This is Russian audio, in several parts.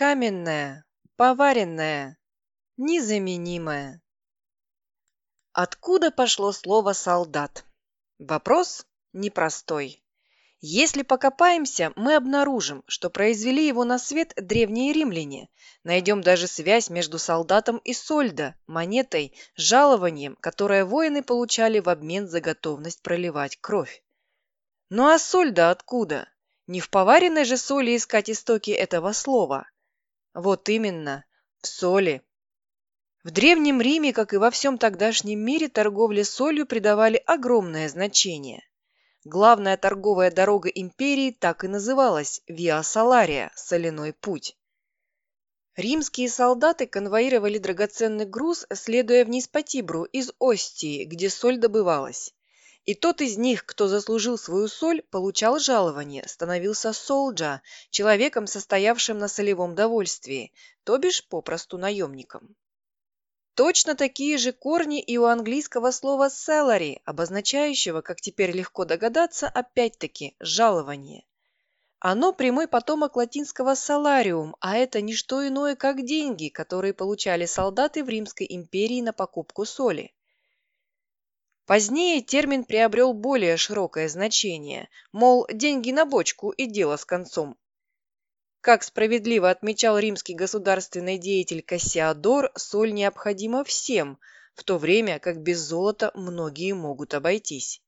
Каменная, поваренная, незаменимая. Откуда пошло слово «солдат»? Вопрос непростой. Если покопаемся, мы обнаружим, что произвели его на свет древние римляне. Найдем даже связь между солдатом и сольдо, монетой, жалованием, которое воины получали в обмен за готовность проливать кровь. Ну а сольдо откуда? Не в поваренной же соли искать истоки этого слова. Вот именно, в соли. В Древнем Риме, как и во всем тогдашнем мире, торговле солью придавали огромное значение. Главная торговая дорога империи так и называлась Виа Салария – соляной путь. Римские солдаты конвоировали драгоценный груз, следуя вниз по Тибру из Остии, где соль добывалась. И тот из них, кто заслужил свою соль, получал жалование, становился солджа, человеком, состоявшим на солевом довольствии, то бишь попросту наемником. Точно такие же корни и у английского слова salary, обозначающего, как теперь легко догадаться, опять-таки жалование. Оно прямой потомок латинского salarium, а это не что иное, как деньги, которые получали солдаты в Римской империи на покупку соли. Позднее термин приобрел более широкое значение, мол, деньги на бочку и дело с концом. Как справедливо отмечал римский государственный деятель Кассиодор, соль необходима всем, в то время как без золота многие могут обойтись.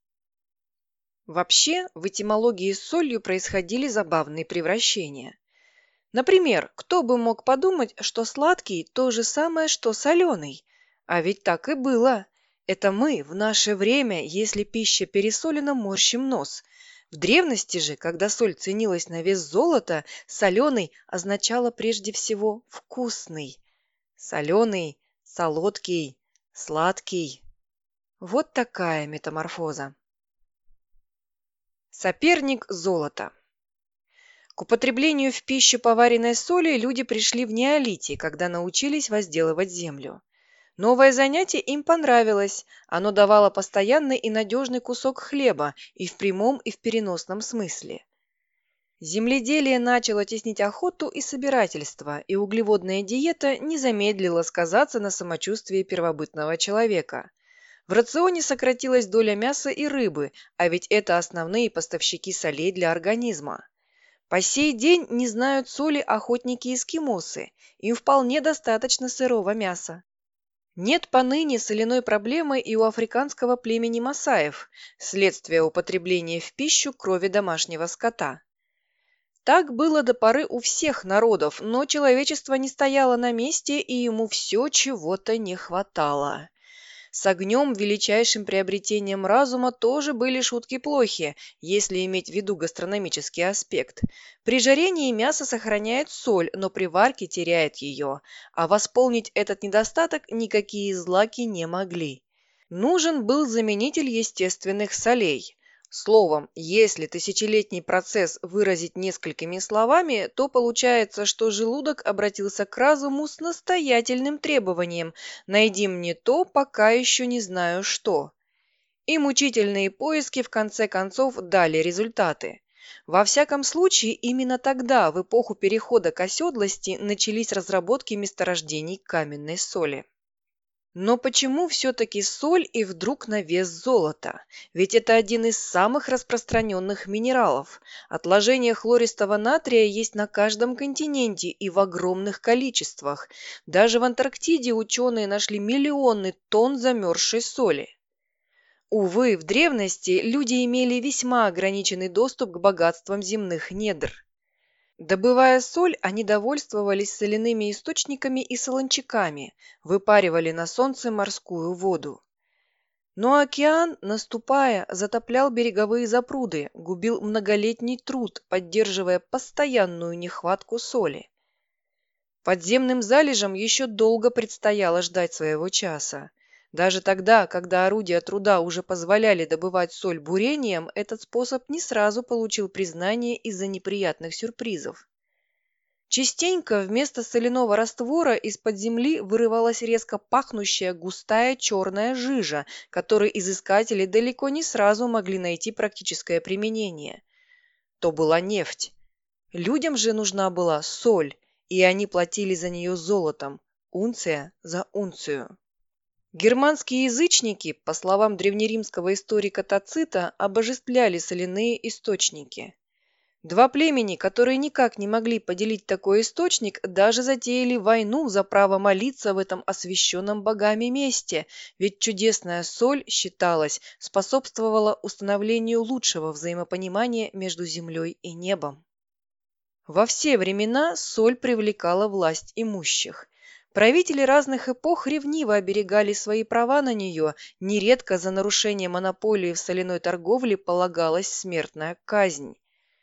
Вообще, в этимологии с солью происходили забавные превращения. Например, кто бы мог подумать, что сладкий – то же самое, что соленый? А ведь так и было. Это мы в наше время, если пища пересолена, морщим нос. В древности же, когда соль ценилась на вес золота, соленый означало прежде всего вкусный. Соленый, солодкий, сладкий. Вот такая метаморфоза. Соперник золота. К употреблению в пищу поваренной соли люди пришли в неолите, когда научились возделывать землю. Новое занятие им понравилось, оно давало постоянный и надежный кусок хлеба и в прямом, и в переносном смысле. Земледелие начало теснить охоту и собирательство, и углеводная диета не замедлила сказаться на самочувствии первобытного человека. В рационе сократилась доля мяса и рыбы, а ведь это основные поставщики солей для организма. По сей день не знают соли охотники-эскимосы, им вполне достаточно сырого мяса. Нет поныне соляной проблемы и у африканского племени масаев, следствие употребления в пищу крови домашнего скота. Так было до поры у всех народов, но человечество не стояло на месте, и ему все чего-то не хватало. С огнем, величайшим приобретением разума, тоже были шутки плохи, если иметь в виду гастрономический аспект. При жарении мясо сохраняет соль, но при варке теряет ее, а восполнить этот недостаток никакие злаки не могли. Нужен был заменитель естественных солей. Словом, если тысячелетний процесс выразить несколькими словами, то получается, что желудок обратился к разуму с настоятельным требованием «найди мне то, пока еще не знаю что». И мучительные поиски в конце концов дали результаты. Во всяком случае, именно тогда, в эпоху перехода к оседлости, начались разработки месторождений каменной соли. Но почему все-таки соль и вдруг на вес золота? Ведь это один из самых распространенных минералов. Отложения хлористого натрия есть на каждом континенте и в огромных количествах. Даже в Антарктиде ученые нашли миллионы тонн замерзшей соли. Увы, в древности люди имели весьма ограниченный доступ к богатствам земных недр. Добывая соль, они довольствовались соляными источниками и солончаками, выпаривали на солнце морскую воду. Но океан, наступая, затоплял береговые запруды, губил многолетний труд, поддерживая постоянную нехватку соли. Подземным залежам еще долго предстояло ждать своего часа. Даже тогда, когда орудия труда уже позволяли добывать соль бурением, этот способ не сразу получил признание из-за неприятных сюрпризов. Частенько вместо соляного раствора из-под земли вырывалась резко пахнущая густая черная жижа, которой изыскатели далеко не сразу могли найти практическое применение. То была нефть. Людям же нужна была соль, и они платили за нее золотом, унция за унцию. Германские язычники, по словам древнеримского историка Тацита, обожествляли соляные источники. Два племени, которые никак не могли поделить такой источник, даже затеяли войну за право молиться в этом освященном богами месте, ведь чудесная соль, считалось, способствовала установлению лучшего взаимопонимания между землей и небом. Во все времена соль привлекала власть имущих. Правители разных эпох ревниво оберегали свои права на нее, нередко за нарушение монополии в соляной торговле полагалась смертная казнь.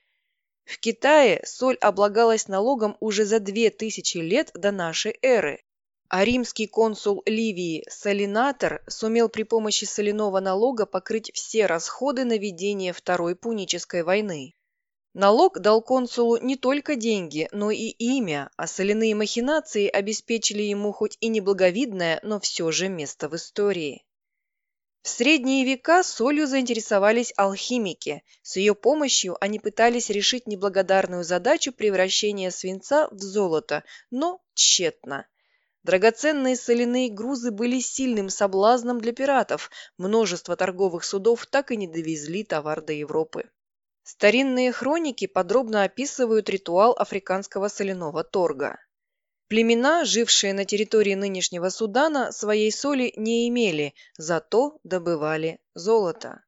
В Китае соль облагалась налогом уже за 2000 лет до нашей эры, а римский консул Ливий Салинатор сумел при помощи соляного налога покрыть все расходы на ведение Второй Пунической войны. Налог дал консулу не только деньги, но и имя, а соляные махинации обеспечили ему хоть и неблаговидное, но все же место в истории. В средние века солью заинтересовались алхимики. С ее помощью они пытались решить неблагодарную задачу превращения свинца в золото, но тщетно. Драгоценные соляные грузы были сильным соблазном для пиратов. Множество торговых судов так и не довезли товар до Европы. Старинные хроники подробно описывают ритуал африканского соляного торга. Племена, жившие на территории нынешнего Судана, своей соли не имели, зато добывали золото.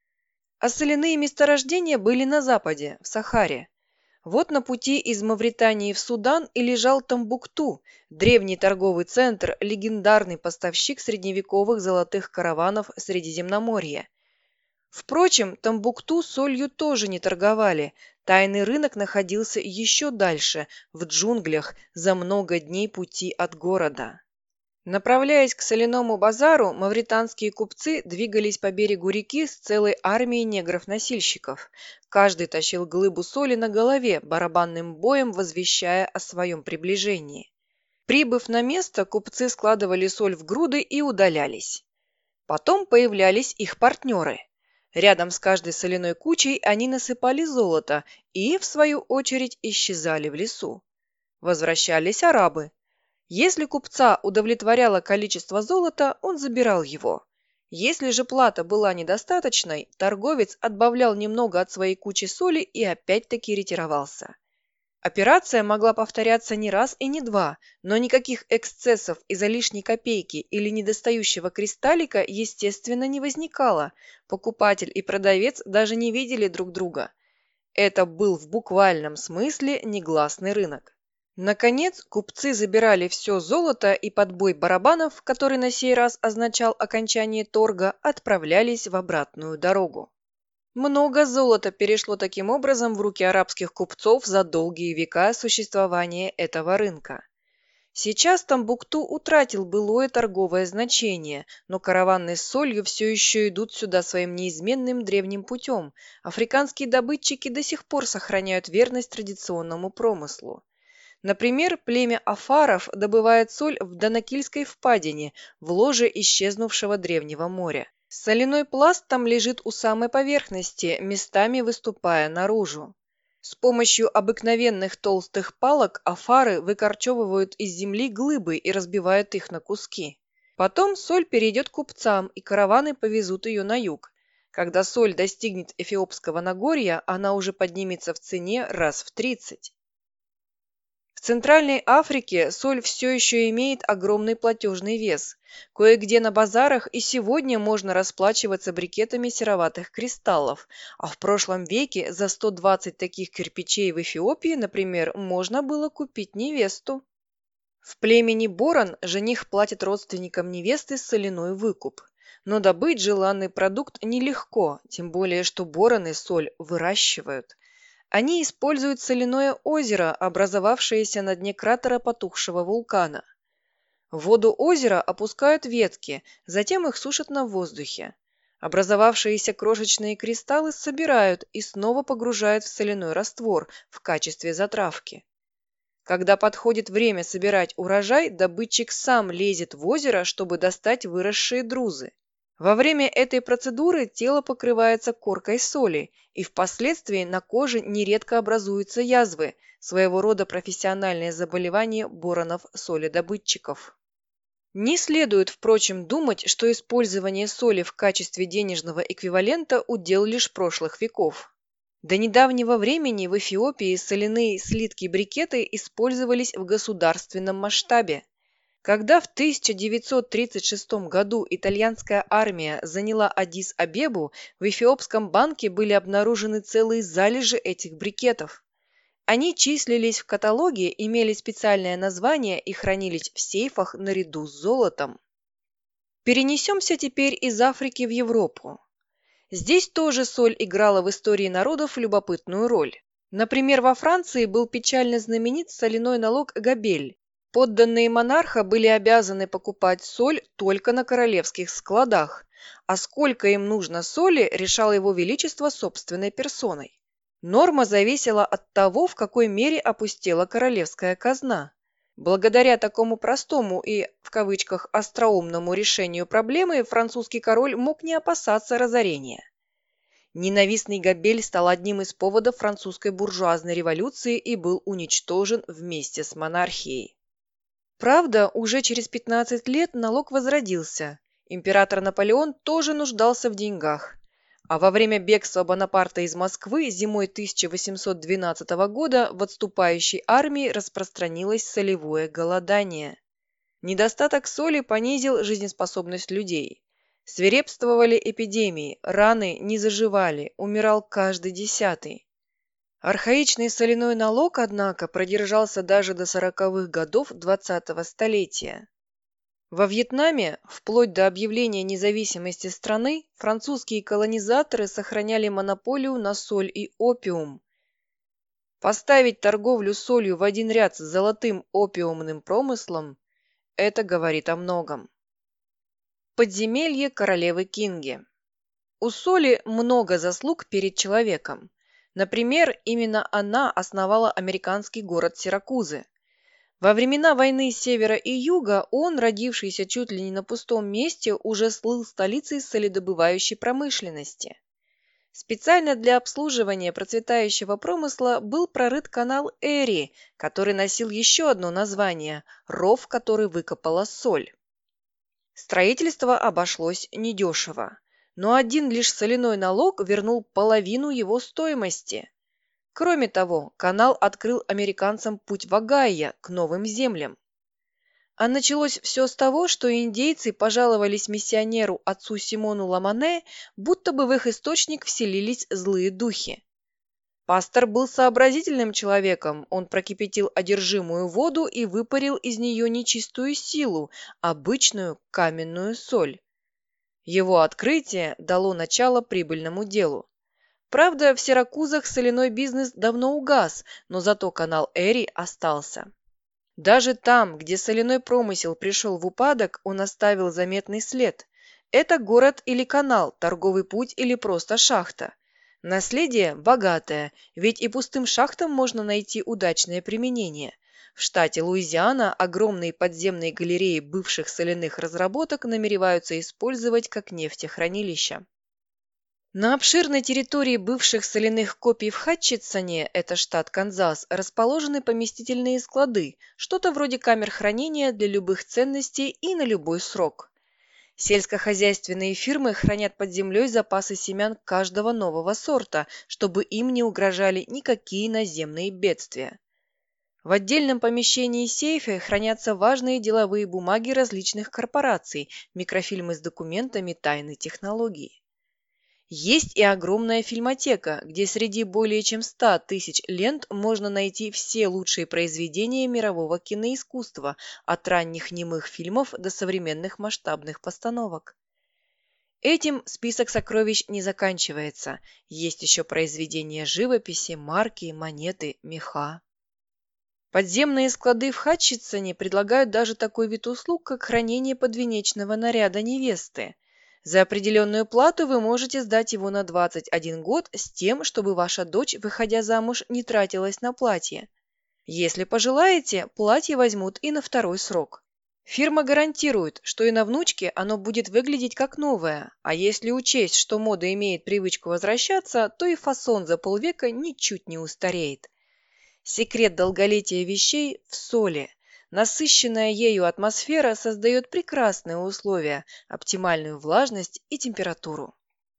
А соляные месторождения были на западе, в Сахаре. Вот на пути из Мавритании в Судан и лежал Томбукту, древний торговый центр, легендарный поставщик средневековых золотых караванов Средиземноморья. Впрочем, Томбукту солью тоже не торговали. Тайный рынок находился еще дальше, в джунглях, за много дней пути от города. Направляясь к соляному базару, мавританские купцы двигались по берегу реки с целой армией негров-носильщиков. Каждый тащил глыбу соли на голове, барабанным боем возвещая о своем приближении. Прибыв на место, купцы складывали соль в груды и удалялись. Потом появлялись их партнеры. Рядом с каждой соляной кучей они насыпали золото и, в свою очередь, исчезали в лесу. Возвращались арабы. Если купца удовлетворяло количество золота, он забирал его. Если же плата была недостаточной, торговец отбавлял немного от своей кучи соли и опять-таки ретировался. Операция могла повторяться не раз и не два, но никаких эксцессов из-за лишней копейки или недостающего кристаллика, естественно, не возникало. Покупатель и продавец даже не видели друг друга. Это был в буквальном смысле негласный рынок. Наконец, купцы забирали все золото и под бой барабанов, который на сей раз означал окончание торга, отправлялись в обратную дорогу. Много золота перешло таким образом в руки арабских купцов за долгие века существования этого рынка. Сейчас Томбукту утратил былое торговое значение, но караваны с солью все еще идут сюда своим неизменным древним путем. Африканские добытчики до сих пор сохраняют верность традиционному промыслу. Например, племя афаров добывает соль в Данакильской впадине, в ложе исчезнувшего древнего моря. Соляной пласт там лежит у самой поверхности, местами выступая наружу. С помощью обыкновенных толстых палок афары выкорчевывают из земли глыбы и разбивают их на куски. Потом соль перейдет к купцам, и караваны повезут ее на юг. Когда соль достигнет Эфиопского Нагорья, она уже поднимется в цене раз в 30. В Центральной Африке соль все еще имеет огромный платежный вес. Кое-где на базарах и сегодня можно расплачиваться брикетами сероватых кристаллов, а в прошлом веке за 120 таких кирпичей в Эфиопии, например, можно было купить невесту. В племени Борон жених платит родственникам невесты соляной выкуп. Но добыть желанный продукт нелегко, тем более что бороны соль выращивают. Они используют соляное озеро, образовавшееся на дне кратера потухшего вулкана. В воду озера опускают ветки, затем их сушат на воздухе. Образовавшиеся крошечные кристаллы собирают и снова погружают в соляной раствор в качестве затравки. Когда подходит время собирать урожай, добытчик сам лезет в озеро, чтобы достать выросшие друзы. Во время этой процедуры тело покрывается коркой соли, и впоследствии на коже нередко образуются язвы, своего рода профессиональное заболевание боронов-соледобытчиков. Не следует, впрочем, думать, что использование соли в качестве денежного эквивалента – удел лишь прошлых веков. До недавнего времени в Эфиопии соляные слитки-брикеты использовались в государственном масштабе. Когда в 1936 году итальянская армия заняла Аддис-Абебу, в Эфиопском банке были обнаружены целые залежи этих брикетов. Они числились в каталоге, имели специальное название и хранились в сейфах наряду с золотом. Перенесемся теперь из Африки в Европу. Здесь тоже соль играла в истории народов любопытную роль. Например, во Франции был печально знаменит соляной налог Габель. Подданные монарха были обязаны покупать соль только на королевских складах, а сколько им нужно соли, решало его величество собственной персоной. Норма зависела от того, в какой мере опустела королевская казна. Благодаря такому простому и, в кавычках, остроумному решению проблемы французский король мог не опасаться разорения. Ненавистный Габель стал одним из поводов французской буржуазной революции и был уничтожен вместе с монархией. Правда, уже через 15 лет налог возродился. Император Наполеон тоже нуждался в деньгах. А во время бегства Бонапарта из Москвы зимой 1812 года в отступающей армии распространилось солевое голодание. Недостаток соли понизил жизнеспособность людей. Свирепствовали эпидемии, раны не заживали, умирал каждый 10-й. Архаичный соляной налог, однако, продержался даже до 40-х годов 20-го столетия. Во Вьетнаме, вплоть до объявления независимости страны, французские колонизаторы сохраняли монополию на соль и опиум. Поставить торговлю солью в один ряд с золотым опиумным промыслом – это говорит о многом. Подземелье королевы Кинги. У соли много заслуг перед человеком. Например, именно она основала американский город Сиракузы. Во времена войны Севера и Юга он, родившийся чуть ли не на пустом месте, уже слыл столицей соледобывающей промышленности. Специально для обслуживания процветающего промысла был прорыт канал Эри, который носил еще одно название – ров, который выкопала соль. Строительство обошлось недешево, но один лишь соляной налог вернул половину его стоимости. Кроме того, канал открыл американцам путь в Огайо к новым землям. А началось все с того, что индейцы пожаловались миссионеру отцу Симону Ламане, будто бы в их источник вселились злые духи. Пастор был сообразительным человеком, он прокипятил одержимую воду и выпарил из нее нечистую силу, обычную каменную соль. Его открытие дало начало прибыльному делу. Правда, в Сиракузах соляной бизнес давно угас, но зато канал Эри остался. Даже там, где соляной промысел пришел в упадок, он оставил заметный след. Это город или канал, торговый путь или просто шахта. Наследие богатое, ведь и пустым шахтам можно найти удачное применение. В штате Луизиана огромные подземные галереи бывших соляных разработок намереваются использовать как нефтехранилища. На обширной территории бывших соляных копий в Хатчинсоне, это штат Канзас, расположены поместительные склады, что-то вроде камер хранения для любых ценностей и на любой срок. Сельскохозяйственные фирмы хранят под землей запасы семян каждого нового сорта, чтобы им не угрожали никакие наземные бедствия. В отдельном помещении сейфа хранятся важные деловые бумаги различных корпораций, микрофильмы с документами тайной технологии. Есть и огромная фильмотека, где среди более чем 100 тысяч лент можно найти все лучшие произведения мирового киноискусства, от ранних немых фильмов до современных масштабных постановок. Этим список сокровищ не заканчивается. Есть еще произведения живописи, марки, монеты, меха. Подземные склады в Хатчинсоне предлагают даже такой вид услуг, как хранение подвенечного наряда невесты. За определенную плату вы можете сдать его на 21 год с тем, чтобы ваша дочь, выходя замуж, не тратилась на платье. Если пожелаете, платье возьмут и на второй срок. Фирма гарантирует, что и на внучке оно будет выглядеть как новое, а если учесть, что мода имеет привычку возвращаться, то и фасон за полвека ничуть не устареет. Секрет долголетия вещей в соли. Насыщенная ею атмосфера создает прекрасные условия, оптимальную влажность и температуру.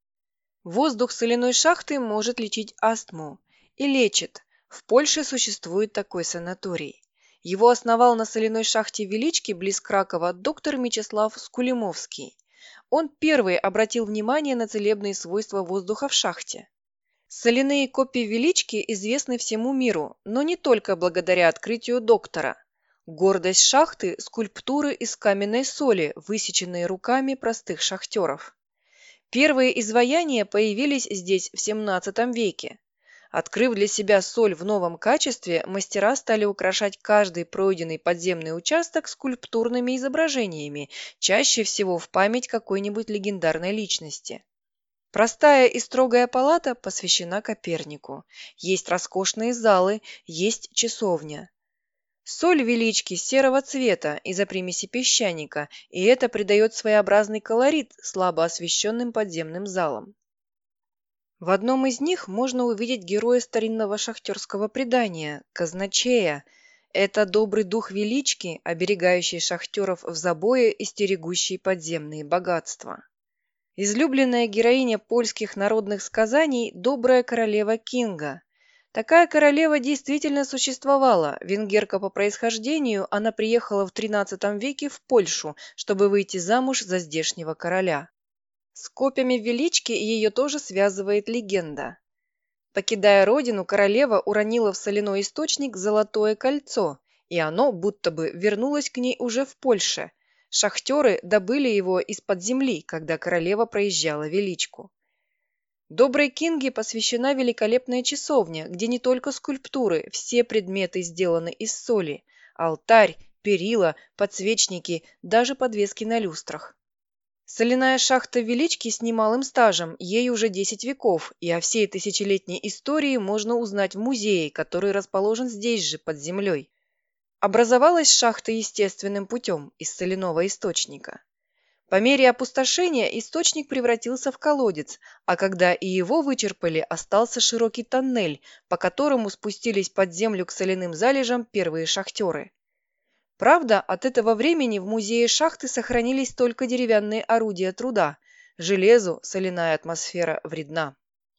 Воздух соляной шахты может лечить астму. И лечит. В Польше существует такой санаторий. Его основал на соляной шахте Велички близ Кракова доктор Мечислав Скулимовский. Он первый обратил внимание на целебные свойства воздуха в шахте. Соляные копии Велички известны всему миру, но не только благодаря открытию доктора. Гордость шахты – скульптуры из каменной соли, высеченные руками простых шахтеров. Первые изваяния появились здесь в XVII веке. Открыв для себя соль в новом качестве, мастера стали украшать каждый пройденный подземный участок скульптурными изображениями, чаще всего в память какой-нибудь легендарной личности. Простая и строгая палата посвящена Копернику. Есть роскошные залы, есть часовня. Соль Велички серого цвета из-за примеси песчаника, и это придает своеобразный колорит слабо освещенным подземным залам. В одном из них можно увидеть героя старинного шахтерского предания – казначея. Это добрый дух Велички, оберегающий шахтеров в забое и стерегущий подземные богатства. Излюбленная героиня польских народных сказаний – добрая королева Кинга. Такая королева действительно существовала. Венгерка по происхождению, она приехала в XIII веке в Польшу, чтобы выйти замуж за здешнего короля. С копьями Велички ее тоже связывает легенда. Покидая родину, королева уронила в соляной источник золотое кольцо, и оно будто бы вернулось к ней уже в Польше. Шахтеры добыли его из-под земли, когда королева проезжала Величку. Доброй Кинге посвящена великолепная часовня, где не только скульптуры, все предметы сделаны из соли. Алтарь, перила, подсвечники, даже подвески на люстрах. Соляная шахта Велички с немалым стажем, ей уже 10 веков, и о всей тысячелетней истории можно узнать в музее, который расположен здесь же, под землей. Образовалась шахта естественным путем, из соляного источника. По мере опустошения источник превратился в колодец, а когда и его вычерпали, остался широкий тоннель, по которому спустились под землю к соляным залежам первые шахтеры. Правда, от этого времени в музее шахты сохранились только деревянные орудия труда. Железу соляная атмосфера вредна.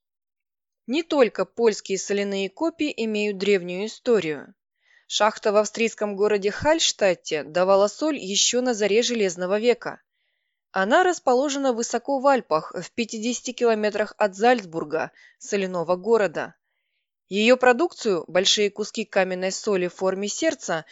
Не только польские соляные копии имеют древнюю историю. Шахта в австрийском городе Хальштадте давала соль еще на заре Железного века. Она расположена высоко в Альпах, в 50 километрах от Зальцбурга, соляного города. Ее продукцию, большие куски каменной соли в форме сердца,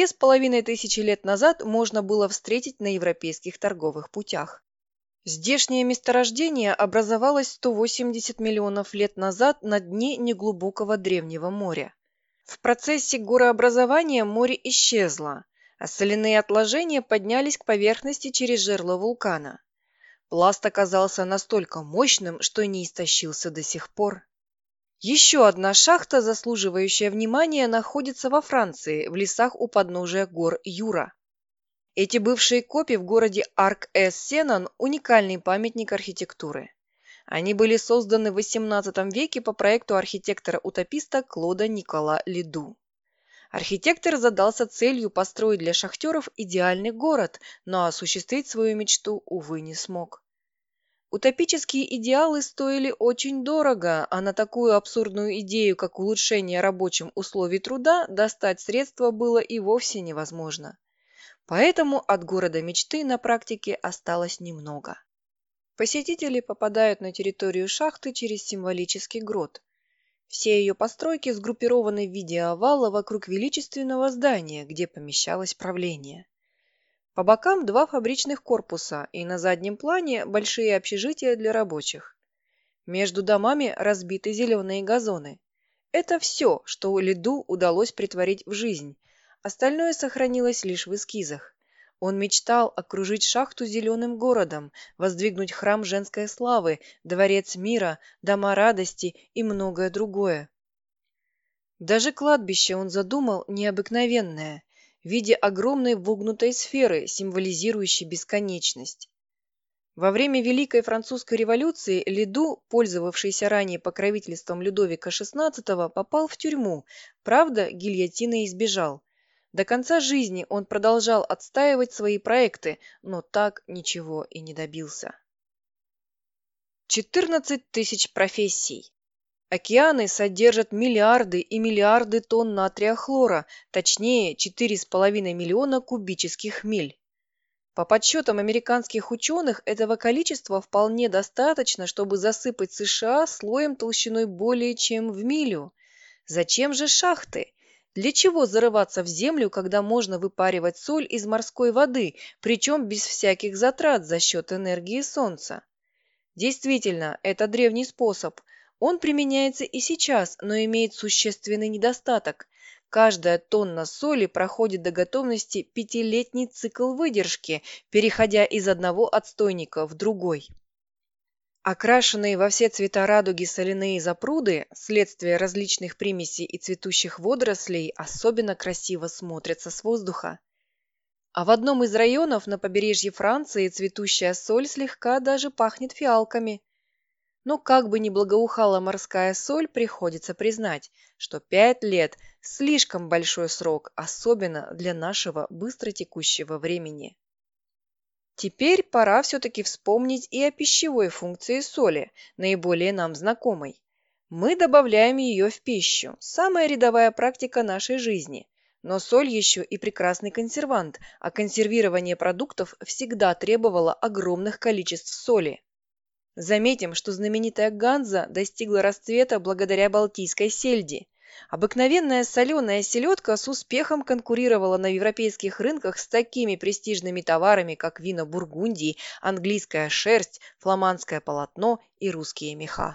2500 лет назад можно было встретить на европейских торговых путях. Здешнее месторождение образовалось 180 миллионов лет назад на дне неглубокого древнего моря. В процессе горообразования море исчезло, а соляные отложения поднялись к поверхности через жерло вулкана. Пласт оказался настолько мощным, что не истощился до сих пор. Еще одна шахта, заслуживающая внимания, находится во Франции, в лесах у подножия гор Юра. Эти бывшие копи в городе Арк-эс-Сенан – уникальный памятник архитектуры. Они были созданы в XVIII веке по проекту архитектора-утописта Клода Никола Леду. Архитектор задался целью построить для шахтеров идеальный город, но осуществить свою мечту, увы, не смог. Утопические идеалы стоили очень дорого, а на такую абсурдную идею, как улучшение рабочим условий труда, достать средства было и вовсе невозможно. Поэтому от города мечты на практике осталось немного. Посетители попадают на территорию шахты через символический грот. Все ее постройки сгруппированы в виде овала вокруг величественного здания, где помещалось правление. По бокам два фабричных корпуса, и на заднем плане большие общежития для рабочих. Между домами разбиты зеленые газоны. Это все, что Леду удалось претворить в жизнь. Остальное сохранилось лишь в эскизах. Он мечтал окружить шахту зеленым городом, воздвигнуть храм женской славы, дворец мира, дома радости и многое другое. Даже кладбище он задумал необыкновенное. в виде огромной вогнутой сферы, символизирующей бесконечность. Во время Великой Французской революции Лиду, пользовавшийся ранее покровительством Людовика XVI, попал в тюрьму, правда, гильотины избежал. До конца жизни он продолжал отстаивать свои проекты, но так ничего и не добился. 14 тысяч профессий. Океаны содержат миллиарды и миллиарды тонн натрия хлора, точнее 4,5 миллиона кубических миль. По подсчетам американских ученых, этого количества вполне достаточно, чтобы засыпать США слоем толщиной более чем в милю. Зачем же шахты? Для чего зарываться в землю, когда можно выпаривать соль из морской воды, причем без всяких затрат за счет энергии Солнца? Действительно, это древний способ. Он применяется и сейчас, но имеет существенный недостаток. Каждая тонна соли проходит до готовности 5-летний цикл выдержки, переходя из одного отстойника в другой. Окрашенные во все цвета радуги соляные запруды, следствие различных примесей и цветущих водорослей, особенно красиво смотрятся с воздуха. А в одном из районов на побережье Франции цветущая соль слегка даже пахнет фиалками. Но как бы ни благоухала морская соль, приходится признать, что 5 лет – слишком большой срок, особенно для нашего быстротекущего времени. Теперь пора все-таки вспомнить и о пищевой функции соли, наиболее нам знакомой. Мы добавляем ее в пищу, самая рядовая практика нашей жизни. Но соль еще и прекрасный консервант, а консервирование продуктов всегда требовало огромных количеств соли. Заметим, что знаменитая ганза достигла расцвета благодаря балтийской сельди. Обыкновенная соленая селедка с успехом конкурировала на европейских рынках с такими престижными товарами, как вина Бургундии, английская шерсть, фламандское полотно и русские меха.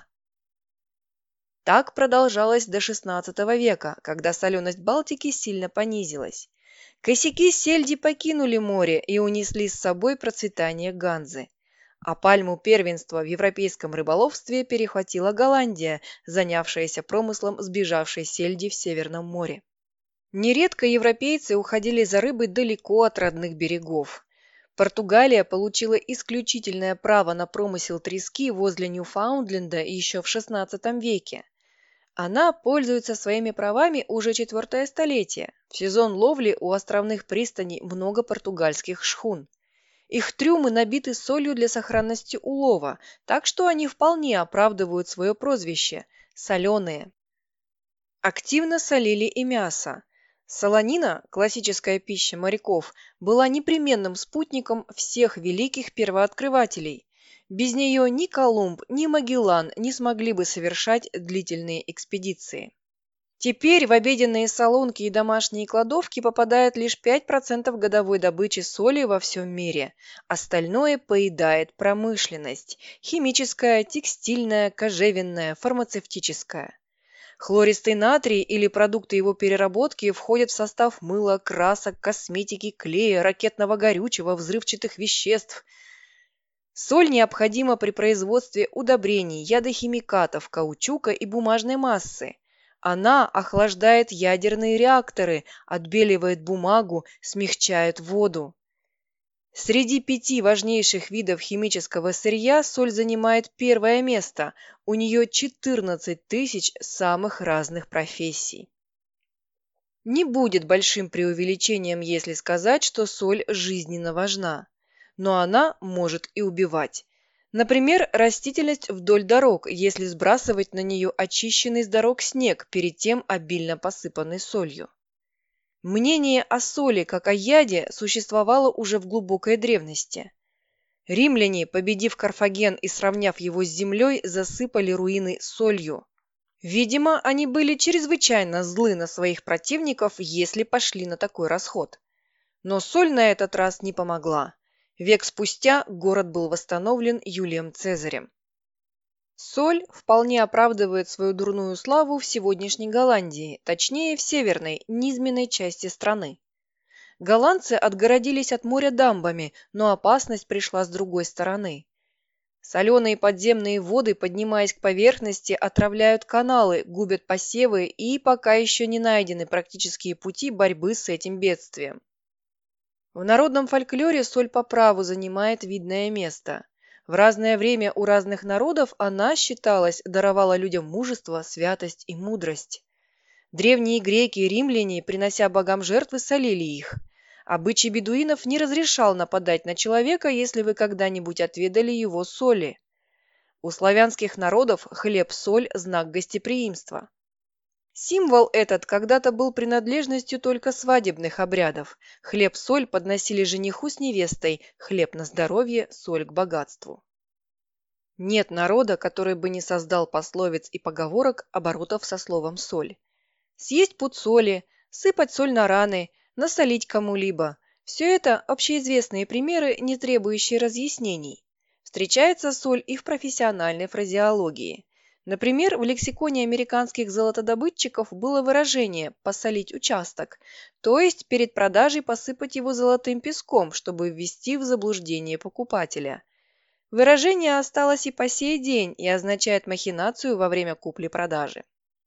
Так продолжалось до XVI века, когда соленость Балтики сильно понизилась. Косяки сельди покинули море и унесли с собой процветание ганзы. А пальму первенства в европейском рыболовстве перехватила Голландия, занявшаяся промыслом сбежавшей сельди в Северном море. Нередко европейцы уходили за рыбой далеко от родных берегов. Португалия получила исключительное право на промысел трески возле Ньюфаундленда еще в XVI веке. Она пользуется своими правами уже 4-е столетие. В сезон ловли у островных пристаней много португальских шхун. Их трюмы набиты солью для сохранности улова, так что они вполне оправдывают свое прозвище – соленые. Активно солили и мясо. Солонина, классическая пища моряков, была непременным спутником всех великих первооткрывателей. Без нее ни Колумб, ни Магеллан не смогли бы совершать длительные экспедиции. Теперь в обеденные салонки и домашние кладовки попадает лишь 5% годовой добычи соли во всем мире. Остальное поедает промышленность – химическая, текстильная, кожевенная, фармацевтическая. Хлористый натрий или продукты его переработки входят в состав мыла, красок, косметики, клея, ракетного горючего, взрывчатых веществ. Соль необходима при производстве удобрений, ядохимикатов, каучука и бумажной массы. Она охлаждает ядерные реакторы, отбеливает бумагу, смягчает воду. Среди 5 важнейших видов химического сырья соль занимает первое место. У нее 14 тысяч самых разных профессий. Не будет большим преувеличением, если сказать, что соль жизненно важна. Но она может и убивать. Например, растительность вдоль дорог, если сбрасывать на нее очищенный с дорог снег, перед тем обильно посыпанный солью. Мнение о соли как о яде существовало уже в глубокой древности. Римляне, победив Карфаген и сравняв его с землей, засыпали руины солью. Видимо, они были чрезвычайно злы на своих противников, если пошли на такой расход. Но соль на этот раз не помогла. Век спустя город был восстановлен Юлием Цезарем. Соль вполне оправдывает свою дурную славу в сегодняшней Голландии, точнее в северной, низменной части страны. Голландцы отгородились от моря дамбами, но опасность пришла с другой стороны. Соленые подземные воды, поднимаясь к поверхности, отравляют каналы, губят посевы и пока еще не найдены практические пути борьбы с этим бедствием. В народном фольклоре соль по праву занимает видное место. В разное время у разных народов она, считалось, даровала людям мужество, святость и мудрость. Древние греки и римляне, принося богам жертвы, солили их. Обычай бедуинов не разрешал нападать на человека, если вы когда-нибудь отведали его соли. У славянских народов хлеб-соль – знак гостеприимства. Символ этот когда-то был принадлежностью только свадебных обрядов. Хлеб-соль подносили жениху с невестой, хлеб на здоровье, соль к богатству. Нет народа, который бы не создал пословиц и поговорок, оборотов со словом «соль». Съесть пуд соли, сыпать соль на раны, насолить кому-либо – все это общеизвестные примеры, не требующие разъяснений. Встречается соль и в профессиональной фразеологии. Например, в лексиконе американских золотодобытчиков было выражение «посолить участок», то есть перед продажей посыпать его золотым песком, чтобы ввести в заблуждение покупателя. Выражение осталось и по сей день и означает махинацию во время купли-продажи.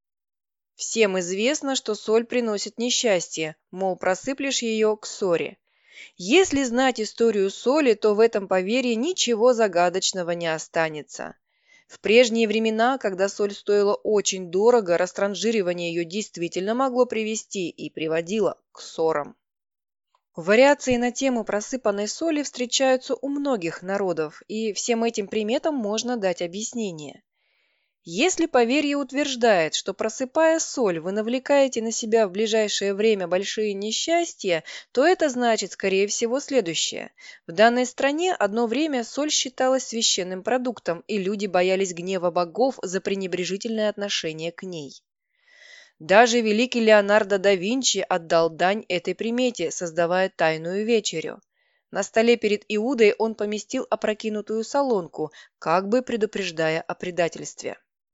Всем известно, что соль приносит несчастье, мол, просыплешь ее к ссоре. Если знать историю соли, то в этом поверье ничего загадочного не останется. В прежние времена, когда соль стоила очень дорого, растранжиривание ее действительно могло привести и приводило к ссорам. Вариации на тему просыпанной соли встречаются у многих народов, и всем этим приметам можно дать объяснение. Если поверье утверждает, что просыпая соль, вы навлекаете на себя в ближайшее время большие несчастья, то это значит, скорее всего, следующее. В данной стране одно время соль считалась священным продуктом, и люди боялись гнева богов за пренебрежительное отношение к ней. Даже великий Леонардо да Винчи отдал дань этой примете, создавая тайную вечерю. На столе перед Иудой он поместил опрокинутую солонку, как бы предупреждая о предательстве.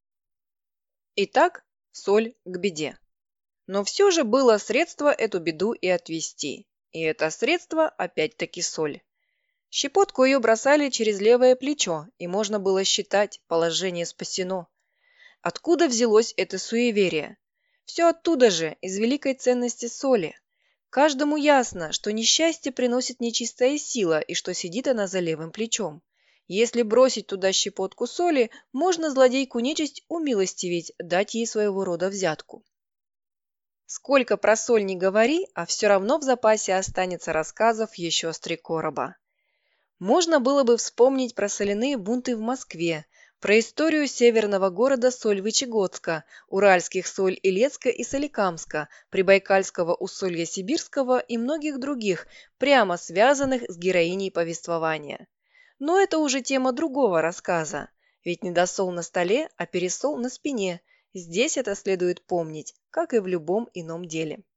Итак, соль к беде. Но все же было средство эту беду и отвести. И это средство опять-таки соль. Щепотку ее бросали через левое плечо, и можно было считать, положение спасено. Откуда взялось это суеверие? Все оттуда же, из великой ценности соли. Каждому ясно, что несчастье приносит нечистая сила, и что сидит она за левым плечом. Если бросить туда щепотку соли, можно злодейку нечисть умилостивить, дать ей своего рода взятку. Сколько про соль не говори, а все равно в запасе останется рассказов еще с 3 короба. Можно было бы вспомнить про соляные бунты в Москве, про историю северного города Сольвычегодска, уральских Соль-Илецка и Соликамска, прибайкальского Усолья Сибирского и многих других, прямо связанных с героиней повествования. Но это уже тема другого рассказа, ведь не досол на столе, а пересол на спине. Здесь это следует помнить, как и в любом ином деле.